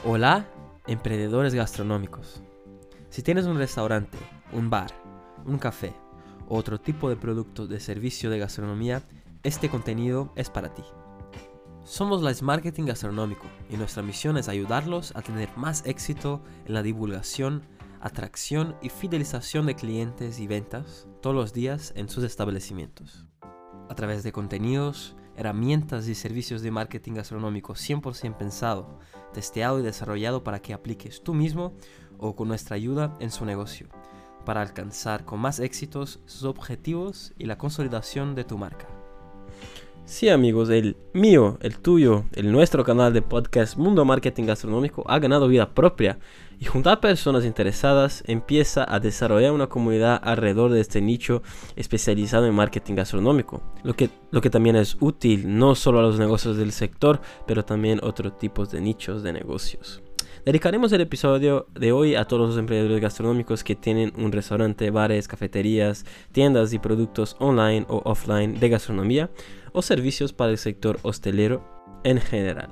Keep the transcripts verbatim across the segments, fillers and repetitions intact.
Hola, emprendedores gastronómicos. Si tienes un restaurante, un bar, un café o otro tipo de producto de servicio de gastronomía, este contenido es para ti. Somos Live Marketing Gastronómico y nuestra misión es ayudarlos a tener más éxito en la divulgación, atracción y fidelización de clientes y ventas todos los días en sus establecimientos. A través de contenidos, herramientas y servicios de marketing gastronómico cien por ciento pensado, testeado y desarrollado para que apliques tú mismo o con nuestra ayuda en su negocio, para alcanzar con más éxitos sus objetivos y la consolidación de tu marca. Sí, amigos, el mío, el tuyo, el nuestro canal de podcast Mundo Marketing Gastronómico ha ganado vida propia y junto a personas interesadas empieza a desarrollar una comunidad alrededor de este nicho especializado en marketing gastronómico, lo que, lo que también es útil no solo a los negocios del sector, pero también a otros tipos de nichos de negocios. Dedicaremos el episodio de hoy a todos los emprendedores gastronómicos que tienen un restaurante, bares, cafeterías, tiendas y productos online o offline de gastronomía o servicios para el sector hostelero en general.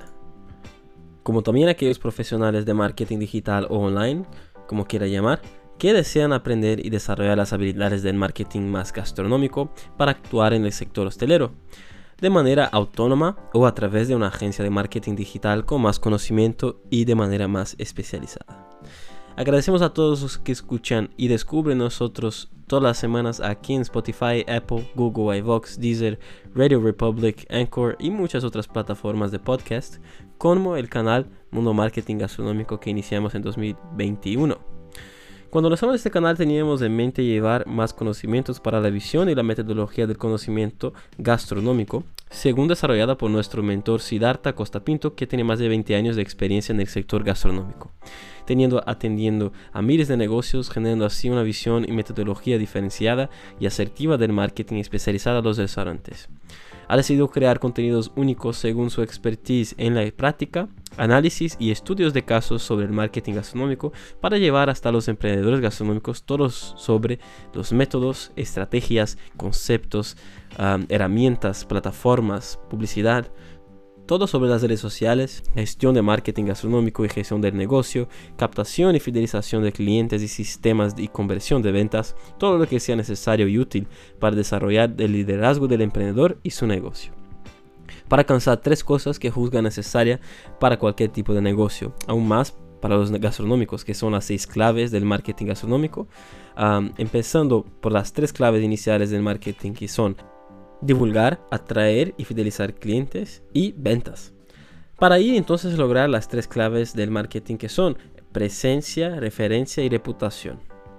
Como también aquellos profesionales de marketing digital o online, como quiera llamar, que desean aprender y desarrollar las habilidades del marketing más gastronómico para actuar en el sector hostelero, de manera autónoma o a través de una agencia de marketing digital con más conocimiento y de manera más especializada. Agradecemos a todos los que escuchan y descubren nosotros todas las semanas aquí en Spotify, Apple, Google, iVoox, Deezer, Radio Republic, Anchor y muchas otras plataformas de podcast, como el canal Mundo Marketing Gastronómico que iniciamos en dos mil veintiuno. Cuando lanzamos este canal teníamos en mente llevar más conocimientos para la visión y la metodología del conocimiento gastronómico, según desarrollada por nuestro mentor Siddhartha Costa Pinto, que tiene más de veinte años de experiencia en el sector gastronómico, teniendo atendiendo a miles de negocios, generando así una visión y metodología diferenciada y asertiva del marketing especializada a los restaurantes. Ha decidido crear contenidos únicos según su expertise en la práctica, análisis y estudios de casos sobre el marketing gastronómico para llevar hasta los emprendedores gastronómicos todos sobre los métodos, estrategias, conceptos, um, herramientas, plataformas, publicidad, todo sobre las redes sociales, gestión de marketing gastronómico y gestión del negocio, captación y fidelización de clientes y sistemas de conversión de ventas, todo lo que sea necesario y útil para desarrollar el liderazgo del emprendedor y su negocio. Para alcanzar tres cosas que juzga necesaria para cualquier tipo de negocio, aún más para los gastronómicos, que son las seis claves del marketing gastronómico, um, empezando por las tres claves iniciales del marketing que son divulgar, atraer y fidelizar clientes y ventas. Para ahí entonces lograr las tres claves del marketing que son presencia, referencia y reputación.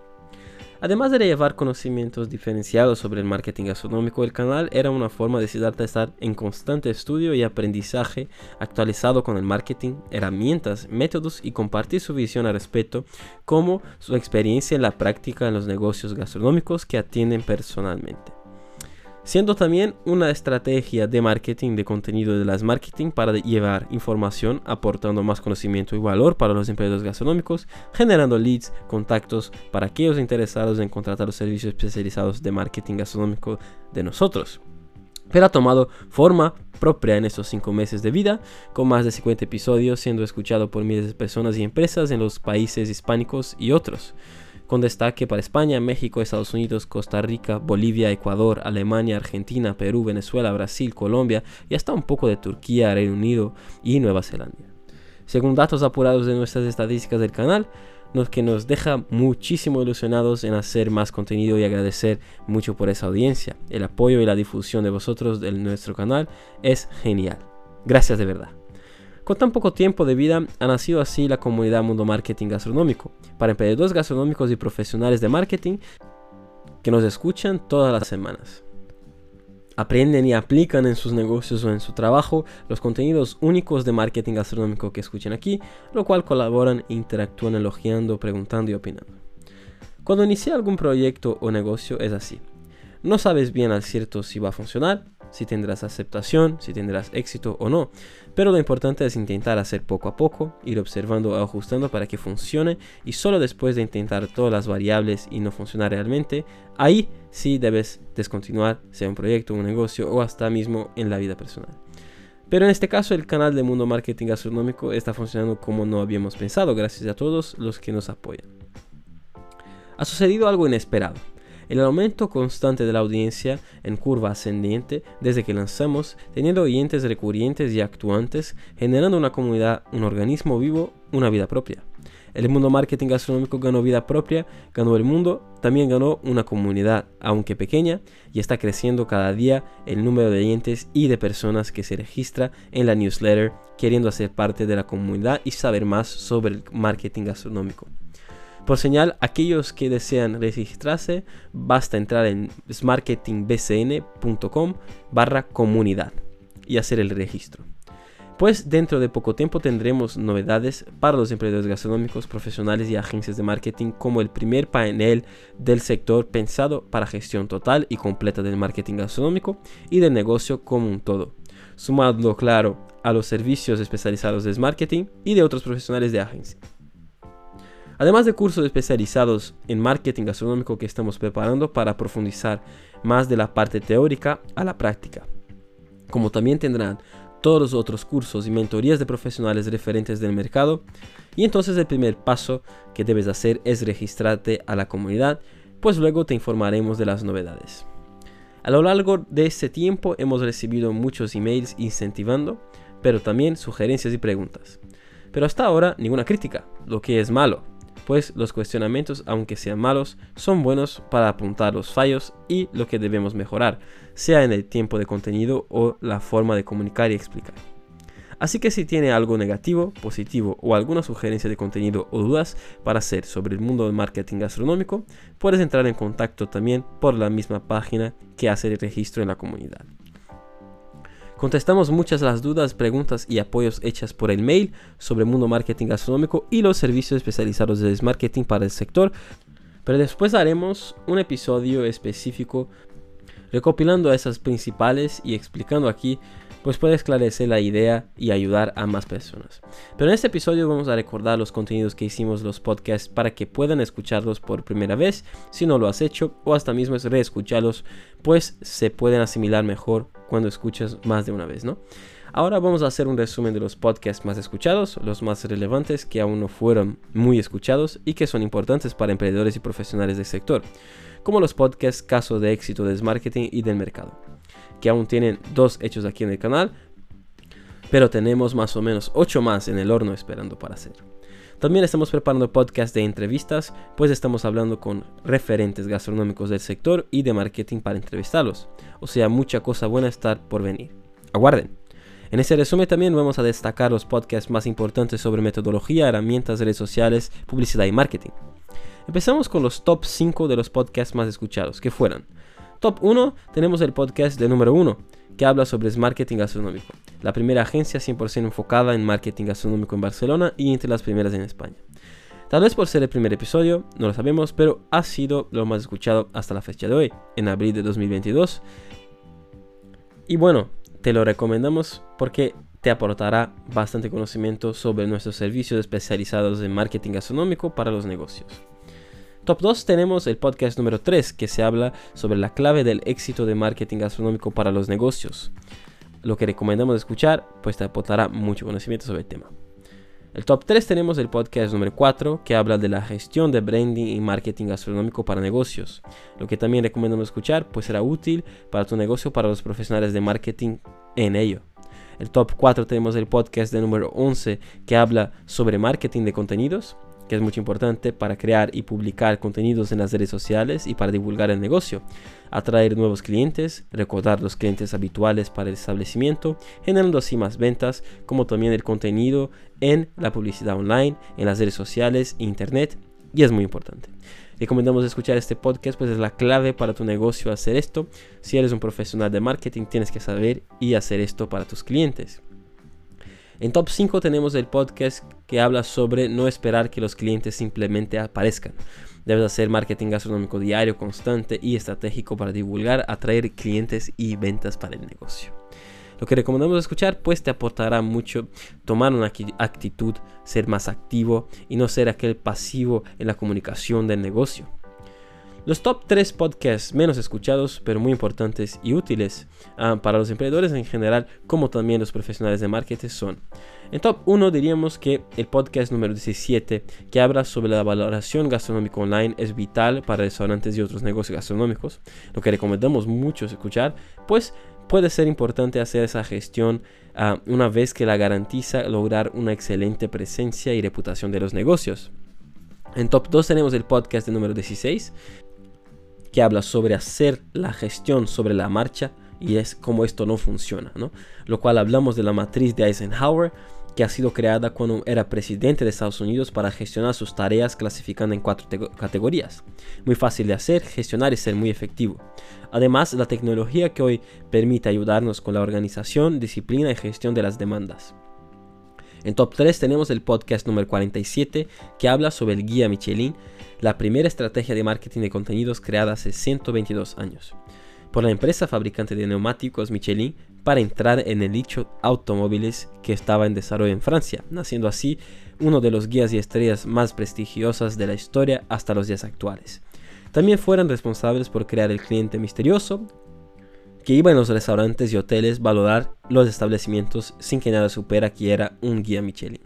Además de llevar conocimientos diferenciados sobre el marketing gastronómico, el canal era una forma de Siddhartha estar en constante estudio y aprendizaje actualizado con el marketing, herramientas, métodos y compartir su visión al respecto, como su experiencia en la práctica en los negocios gastronómicos que atienden personalmente, siendo también una estrategia de marketing de contenido de las marketing para llevar información, aportando más conocimiento y valor para los emprendedores gastronómicos, generando leads, contactos para aquellos interesados en contratar los servicios especializados de marketing gastronómico de nosotros. Pero ha tomado forma propia en estos cinco meses de vida, con más de cincuenta episodios siendo escuchado por miles de personas y empresas en los países hispánicos y otros, con destaque para España, México, Estados Unidos, Costa Rica, Bolivia, Ecuador, Alemania, Argentina, Perú, Venezuela, Brasil, Colombia y hasta un poco de Turquía, Reino Unido y Nueva Zelanda. Según datos apurados de nuestras estadísticas del canal, lo que nos deja muchísimo ilusionados en hacer más contenido y agradecer mucho por esa audiencia. El apoyo y la difusión de vosotros de nuestro canal es genial. Gracias de verdad. Con tan poco tiempo de vida ha nacido así la comunidad Mundo Marketing Gastronómico, para emprendedores gastronómicos y profesionales de marketing que nos escuchan todas las semanas. Aprenden y aplican en sus negocios o en su trabajo los contenidos únicos de marketing gastronómico que escuchan aquí, lo cual colaboran e interactúan elogiando, preguntando y opinando. Cuando inicia algún proyecto o negocio es así. No sabes bien al cierto si va a funcionar, si tendrás aceptación, si tendrás éxito o no, pero lo importante es intentar hacer poco a poco, ir observando o ajustando para que funcione, y solo después de intentar todas las variables y no funcionar realmente, ahí sí debes descontinuar, sea un proyecto, un negocio o hasta mismo en la vida personal. Pero en este caso el canal de Mundo Marketing Gastronómico está funcionando como no habíamos pensado, gracias a todos los que nos apoyan. Ha sucedido algo inesperado. El aumento constante de la audiencia en curva ascendiente desde que lanzamos, teniendo oyentes recurrentes y actuantes, generando una comunidad, un organismo vivo, una vida propia. El Mundo Marketing Gastronómico ganó vida propia, ganó el mundo, también ganó una comunidad, aunque pequeña, y está creciendo cada día el número de oyentes y de personas que se registra en la newsletter queriendo hacer parte de la comunidad y saber más sobre el marketing gastronómico. Por señal, aquellos que desean registrarse, basta entrar en smartmarketingbcn.com barra comunidad y hacer el registro. Pues dentro de poco tiempo tendremos novedades para los emprendedores gastronómicos, profesionales y agencias de marketing, como el primer panel del sector pensado para gestión total y completa del marketing gastronómico y del negocio como un todo, sumando, claro, a los servicios especializados de marketing y de otros profesionales de agencia. Además de cursos especializados en marketing gastronómico que estamos preparando para profundizar más de la parte teórica a la práctica, como también tendrán todos los otros cursos y mentorías de profesionales referentes del mercado. Y entonces el primer paso que debes hacer es registrarte a la comunidad, pues luego te informaremos de las novedades. A lo largo de este tiempo hemos recibido muchos emails incentivando, pero también sugerencias y preguntas. Pero hasta ahora ninguna crítica, lo que es malo, pues los cuestionamientos, aunque sean malos, son buenos para apuntar los fallos y lo que debemos mejorar, sea en el tiempo de contenido o la forma de comunicar y explicar. Así que si tiene algo negativo, positivo o alguna sugerencia de contenido o dudas para hacer sobre el mundo del marketing gastronómico, puedes entrar en contacto también por la misma página que hace el registro en la comunidad. Contestamos muchas de las dudas, preguntas y apoyos hechas por el mail sobre el mundo marketing gastronómico y los servicios especializados de marketing para el sector, pero después haremos un episodio específico recopilando esas principales y explicando aquí, pues puede esclarecer la idea y ayudar a más personas. Pero en este episodio vamos a recordar los contenidos que hicimos los podcasts para que puedan escucharlos por primera vez si no lo has hecho, o hasta mismo reescucharlos, pues se pueden asimilar mejor cuando escuchas más de una vez, ¿no? Ahora vamos a hacer un resumen de los podcasts más escuchados, los más relevantes que aún no fueron muy escuchados y que son importantes para emprendedores y profesionales del sector, como los podcasts casos de éxito del marketing y del mercado, que aún tienen dos hechos aquí en el canal, pero tenemos más o menos ocho más en el horno esperando para hacer. También estamos preparando podcasts de entrevistas, pues estamos hablando con referentes gastronómicos del sector y de marketing para entrevistarlos. O sea, mucha cosa buena está por venir. Aguarden. En este resumen también vamos a destacar los podcasts más importantes sobre metodología, herramientas, redes sociales, publicidad y marketing. Empezamos con los top cinco de los podcasts más escuchados, que fueron: Top uno, tenemos el podcast de número uno, que habla sobre marketing gastronómico, la primera agencia cien por ciento enfocada en marketing gastronómico en Barcelona y entre las primeras en España. Tal vez por ser el primer episodio, no lo sabemos, pero ha sido lo más escuchado hasta la fecha de hoy, en abril de dos mil veintidós. Y bueno, te lo recomendamos porque te aportará bastante conocimiento sobre nuestros servicios especializados en marketing gastronómico para los negocios. Top dos tenemos el podcast número tres, que se habla sobre la clave del éxito de marketing gastronómico para los negocios. Lo que recomendamos escuchar, pues te aportará mucho conocimiento sobre el tema. El top tres tenemos el podcast número cuatro, que habla de la gestión de branding y marketing gastronómico para negocios. Lo que también recomendamos escuchar, pues será útil para tu negocio, para los profesionales de marketing en ello. El top cuatro tenemos el podcast de número once, que habla sobre marketing de contenidos, que es muy importante para crear y publicar contenidos en las redes sociales y para divulgar el negocio, atraer nuevos clientes, recordar los clientes habituales para el establecimiento, generando así más ventas, como también el contenido en la publicidad online, en las redes sociales, internet, y es muy importante. Recomendamos escuchar este podcast, pues es la clave para tu negocio hacer esto. Si eres un profesional de marketing, tienes que saber y hacer esto para tus clientes. En top cinco tenemos el podcast que habla sobre no esperar que los clientes simplemente aparezcan. Debes hacer marketing gastronómico diario, constante y estratégico para divulgar, atraer clientes y ventas para el negocio. Lo que recomendamos escuchar, pues te aportará mucho tomar una actitud, ser más activo y no ser aquel pasivo en la comunicación del negocio. Los top tres podcasts menos escuchados, pero muy importantes y útiles uh, para los emprendedores en general, como también los profesionales de marketing, son: en top uno diríamos que el podcast número diecisiete, que habla sobre la valoración gastronómica online, es vital para restaurantes y otros negocios gastronómicos, lo que recomendamos mucho escuchar, pues puede ser importante hacer esa gestión uh, una vez que la garantiza lograr una excelente presencia y reputación de los negocios. En top dos tenemos el podcast de número dieciséis, que habla sobre hacer la gestión sobre la marcha y es cómo esto no funciona, ¿no? Lo cual hablamos de la matriz de Eisenhower, que ha sido creada cuando era presidente de Estados Unidos para gestionar sus tareas, clasificando en cuatro categorías. Muy fácil de hacer, gestionar y ser muy efectivo. Además, la tecnología que hoy permite ayudarnos con la organización, disciplina y gestión de las demandas. En top tres tenemos el podcast número cuarenta y siete, que habla sobre el Guía Michelin, la primera estrategia de marketing de contenidos creada hace ciento veintidós años por la empresa fabricante de neumáticos Michelin para entrar en el nicho automóviles que estaba en desarrollo en Francia, naciendo así uno de los guías y estrellas más prestigiosas de la historia hasta los días actuales. También fueron responsables por crear el cliente misterioso, que iba en los restaurantes y hoteles valorar los establecimientos sin que nada supera que era un guía Michelin.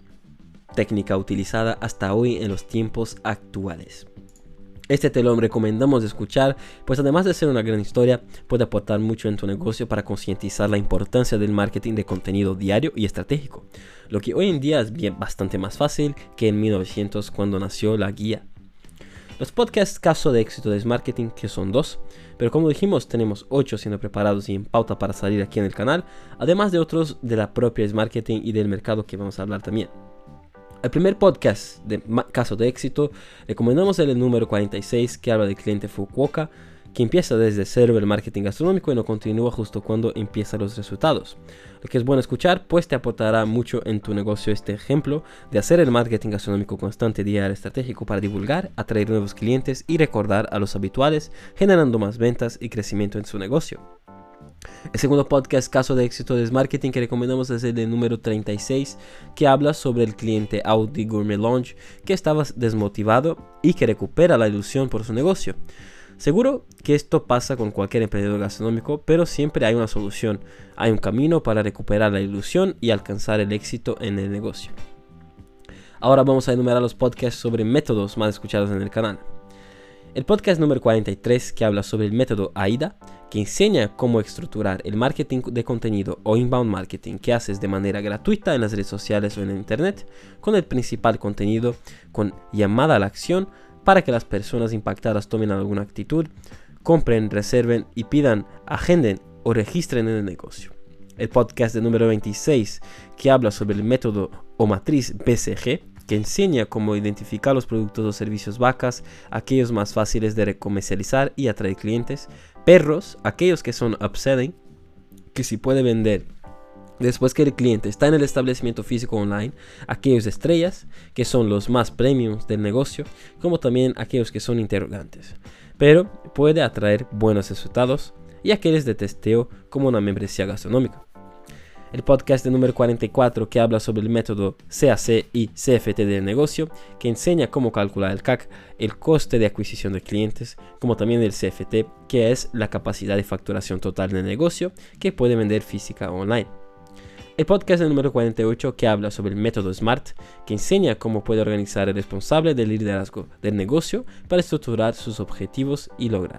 Técnica utilizada hasta hoy en los tiempos actuales. Este te lo recomendamos escuchar, pues además de ser una gran historia, puede aportar mucho en tu negocio para concientizar la importancia del marketing de contenido diario y estratégico, lo que hoy en día es bien, bastante más fácil que en mil novecientos cuando nació la guía. Los podcasts caso de éxito de Marketing, que son dos, pero como dijimos tenemos ocho siendo preparados y en pauta para salir aquí en el canal, además de otros de la propia Marketing y del mercado que vamos a hablar también. El primer podcast de caso de éxito recomendamos el número cuarenta y seis, que habla del cliente Fukuoka, que empieza desde cero el marketing gastronómico y no continúa justo cuando empiezan los resultados. Lo que es bueno escuchar, pues te aportará mucho en tu negocio este ejemplo de hacer el marketing gastronómico constante, diario, estratégico para divulgar, atraer nuevos clientes y recordar a los habituales, generando más ventas y crecimiento en su negocio. El segundo podcast caso de éxito de marketing que recomendamos es el de número treinta y seis, que habla sobre el cliente Audi Gourmet Lounge que estaba desmotivado y que recupera la ilusión por su negocio. Seguro que esto pasa con cualquier emprendedor gastronómico, pero siempre hay una solución, hay un camino para recuperar la ilusión y alcanzar el éxito en el negocio. Ahora vamos a enumerar los podcasts sobre métodos más escuchados en el canal. El podcast número cuarenta y tres, que habla sobre el método AIDA, que enseña cómo estructurar el marketing de contenido o inbound marketing que haces de manera gratuita en las redes sociales o en el internet, con el principal contenido con llamada a la acción para que las personas impactadas tomen alguna actitud, compren, reserven y pidan, agenden o registren en el negocio. El podcast de número veintiséis, que habla sobre el método o matriz B C G, que enseña cómo identificar los productos o servicios vacas, aquellos más fáciles de comercializar y atraer clientes, perros, aquellos que son upselling, que se puede vender después que el cliente está en el establecimiento físico online, aquellos estrellas, que son los más premiums del negocio, como también aquellos que son interrogantes, pero puede atraer buenos resultados, y aquellos de testeo como una membresía gastronómica. El podcast de número cuarenta y cuatro, que habla sobre el método C A C y C F T del negocio, que enseña cómo calcular el C A C, el coste de adquisición de clientes, como también el C F T, que es la capacidad de facturación total del negocio que puede vender física o online. El podcast de número cuarenta y ocho, que habla sobre el método SMART, que enseña cómo puede organizar el responsable del liderazgo del negocio para estructurar sus objetivos y lograr.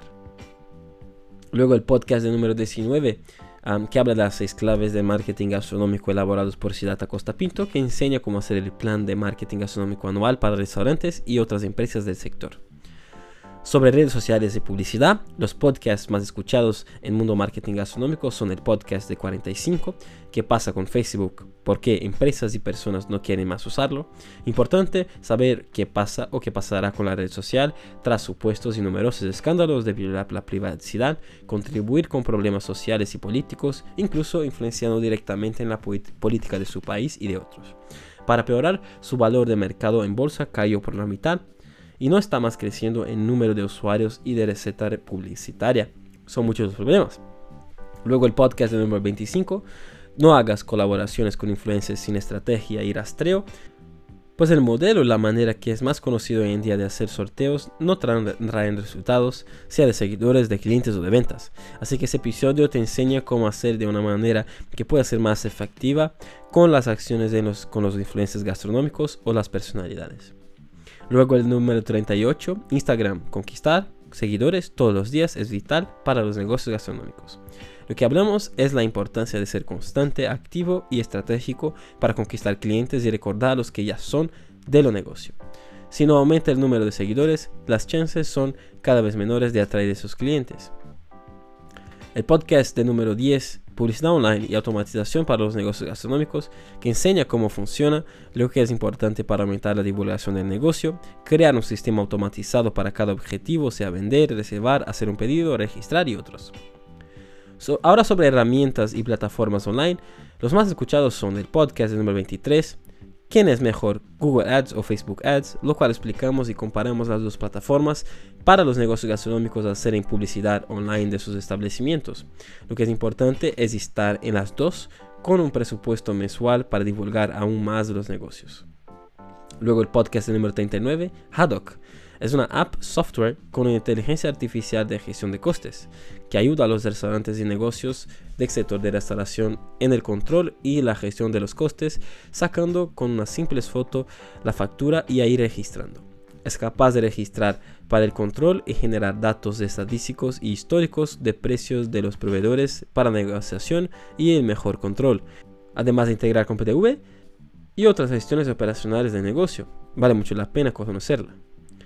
Luego el podcast de número diecinueve, Um, que habla de las seis claves de marketing gastronómico elaborados por Siddhartha Costa Pinto, que enseña cómo hacer el plan de marketing gastronómico anual para restaurantes y otras empresas del sector. Sobre redes sociales y publicidad, los podcasts más escuchados en mundo marketing gastronómico son el podcast de cuarenta y cinco, que pasa con Facebook, por qué empresas y personas no quieren más usarlo. Importante saber qué pasa o qué pasará con la red social tras supuestos y numerosos escándalos de violar la privacidad, contribuir con problemas sociales y políticos, incluso influenciando directamente en la política de su país y de otros. Para empeorar, su valor de mercado en bolsa cayó por la mitad y no está más creciendo en número de usuarios y de receta publicitaria. Son muchos los problemas. Luego el podcast de número veinticinco, no hagas colaboraciones con influencers sin estrategia y rastreo. Pues el modelo y la manera que es más conocido hoy en día de hacer sorteos no traen, traen resultados, sea de seguidores, de clientes o de ventas. Así que este episodio te enseña cómo hacer de una manera que pueda ser más efectiva con las acciones de los, con los influencers gastronómicos o las personalidades. Luego el número treinta y ocho, Instagram. Conquistar seguidores todos los días es vital para los negocios gastronómicos. Lo que hablamos es la importancia de ser constante, activo y estratégico para conquistar clientes y recordar a los que ya son de lo negocio. Si no aumenta el número de seguidores, las chances son cada vez menores de atraer a esos clientes. El podcast de número diez, Publicidad Online y Automatización para los Negocios Gastronómicos, que enseña cómo funciona, lo que es importante para aumentar la divulgación del negocio, crear un sistema automatizado para cada objetivo, sea vender, reservar, hacer un pedido, registrar y otros. So, ahora sobre herramientas y plataformas online, los más escuchados son el podcast de número veintitrés, ¿quién es mejor, Google Ads o Facebook Ads?, lo cual explicamos y comparamos las dos plataformas para los negocios gastronómicos al hacer en publicidad online de sus establecimientos. Lo que es importante es estar en las dos con un presupuesto mensual para divulgar aún más los negocios. Luego el podcast de número treinta y nueve, Haddock. Es una app software con una inteligencia artificial de gestión de costes que ayuda a los restaurantes y negocios del sector de restauración en el control y la gestión de los costes, sacando con una simple foto la factura y ahí registrando. Es capaz de registrar para el control y generar datos estadísticos y históricos de precios de los proveedores para negociación y el mejor control, además de integrar con P D V y otras gestiones operacionales de negocio. Vale mucho la pena conocerla.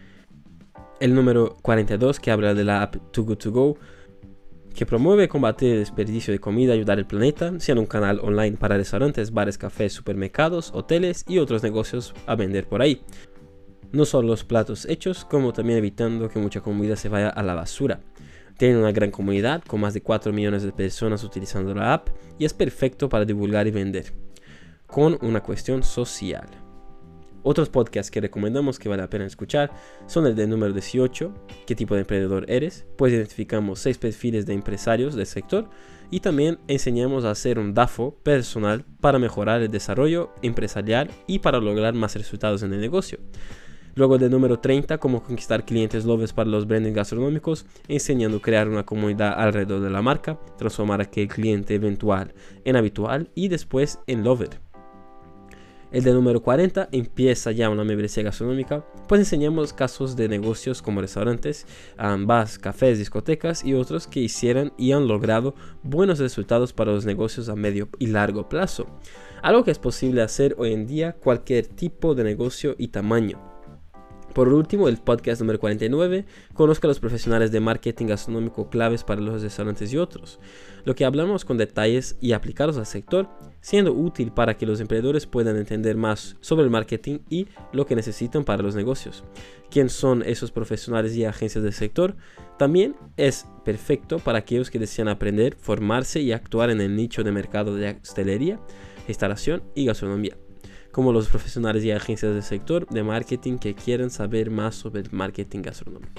El número cuarenta y dos, que habla de la app Too Good To Go, que promueve combatir el desperdicio de comida y ayudar al planeta, siendo un canal online para restaurantes, bares, cafés, supermercados, hoteles y otros negocios a vender por ahí. No solo los platos hechos, como también evitando que mucha comida se vaya a la basura. Tiene una gran comunidad con más de cuatro millones de personas utilizando la app y es perfecto para divulgar y vender, con una cuestión social. Otros podcasts que recomendamos que vale la pena escuchar son el de número dieciocho, ¿qué tipo de emprendedor eres? Pues identificamos seis perfiles de empresarios del sector y también enseñamos a hacer un D A F O personal para mejorar el desarrollo empresarial y para lograr más resultados en el negocio. Luego el de número treinta, cómo conquistar clientes lovers para los branding gastronómicos, enseñando a crear una comunidad alrededor de la marca, transformar aquel cliente eventual en habitual y después en lover. El de número cuarenta, empieza ya una membresía gastronómica, pues enseñamos casos de negocios como restaurantes, um, bars, cafés, discotecas y otros que hicieron y han logrado buenos resultados para los negocios a medio y largo plazo. Algo que es posible hacer hoy en día cualquier tipo de negocio y tamaño. Por último, el podcast número cuarenta y nueve, conozca a los profesionales de marketing gastronómico claves para los restaurantes y otros, lo que hablamos con detalles y aplicarlos al sector, siendo útil para que los emprendedores puedan entender más sobre el marketing y lo que necesitan para los negocios. ¿Quién son esos profesionales y agencias del sector? También es perfecto para aquellos que desean aprender, formarse y actuar en el nicho de mercado de hostelería, restauración y gastronomía, como los profesionales y agencias del sector de marketing que quieren saber más sobre el marketing gastronómico.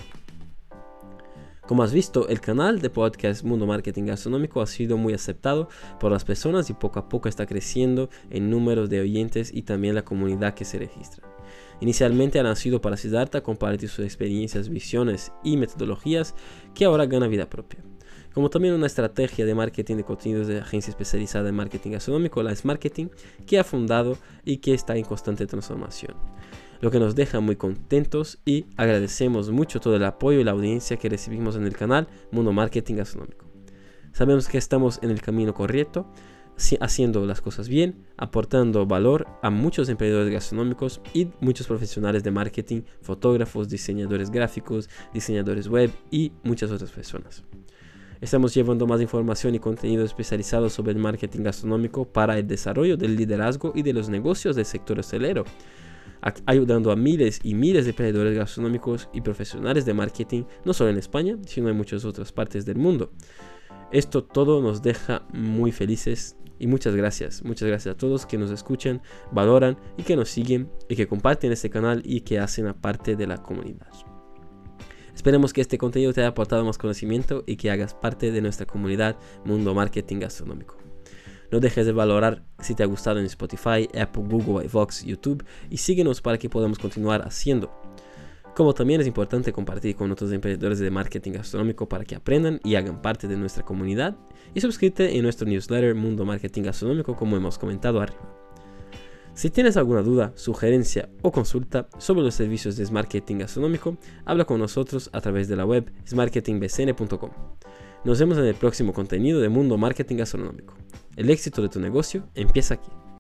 Como has visto, el canal de podcast Mundo Marketing Gastronómico ha sido muy aceptado por las personas y poco a poco está creciendo en números de oyentes y también la comunidad que se registra. Inicialmente ha nacido para Siddhartha compartir sus experiencias, visiones y metodologías que ahora gana vida propia, como también una estrategia de marketing de contenidos de agencia especializada en marketing gastronómico, la S-Marketing, que ha fundado y que está en constante transformación, lo que nos deja muy contentos y agradecemos mucho todo el apoyo y la audiencia que recibimos en el canal Mundo Marketing Gastronómico. Sabemos que estamos en el camino correcto, haciendo las cosas bien, aportando valor a muchos emprendedores gastronómicos y muchos profesionales de marketing, fotógrafos, diseñadores gráficos, diseñadores web y muchas otras personas. Estamos llevando más información y contenido especializado sobre el marketing gastronómico para el desarrollo del liderazgo y de los negocios del sector hostelero, ayudando a miles y miles de emprendedores gastronómicos y profesionales de marketing, no solo en España, sino en muchas otras partes del mundo. Esto todo nos deja muy felices y muchas gracias, muchas gracias a todos que nos escuchan, valoran y que nos siguen y que comparten este canal y que hacen parte de la comunidad. Esperemos que este contenido te haya aportado más conocimiento y que hagas parte de nuestra comunidad Mundo Marketing Gastronómico. No dejes de valorar si te ha gustado en Spotify, Apple, Google, iVoox, YouTube y síguenos para que podamos continuar haciendo. Como también es importante compartir con otros emprendedores de marketing gastronómico para que aprendan y hagan parte de nuestra comunidad y suscríbete en nuestro newsletter Mundo Marketing Gastronómico como hemos comentado arriba. Si tienes alguna duda, sugerencia o consulta sobre los servicios de Marketing Gastronómico, habla con nosotros a través de la web smarketing b c n punto com. Nos vemos en el próximo contenido de Mundo Marketing Gastronómico. El éxito de tu negocio empieza aquí.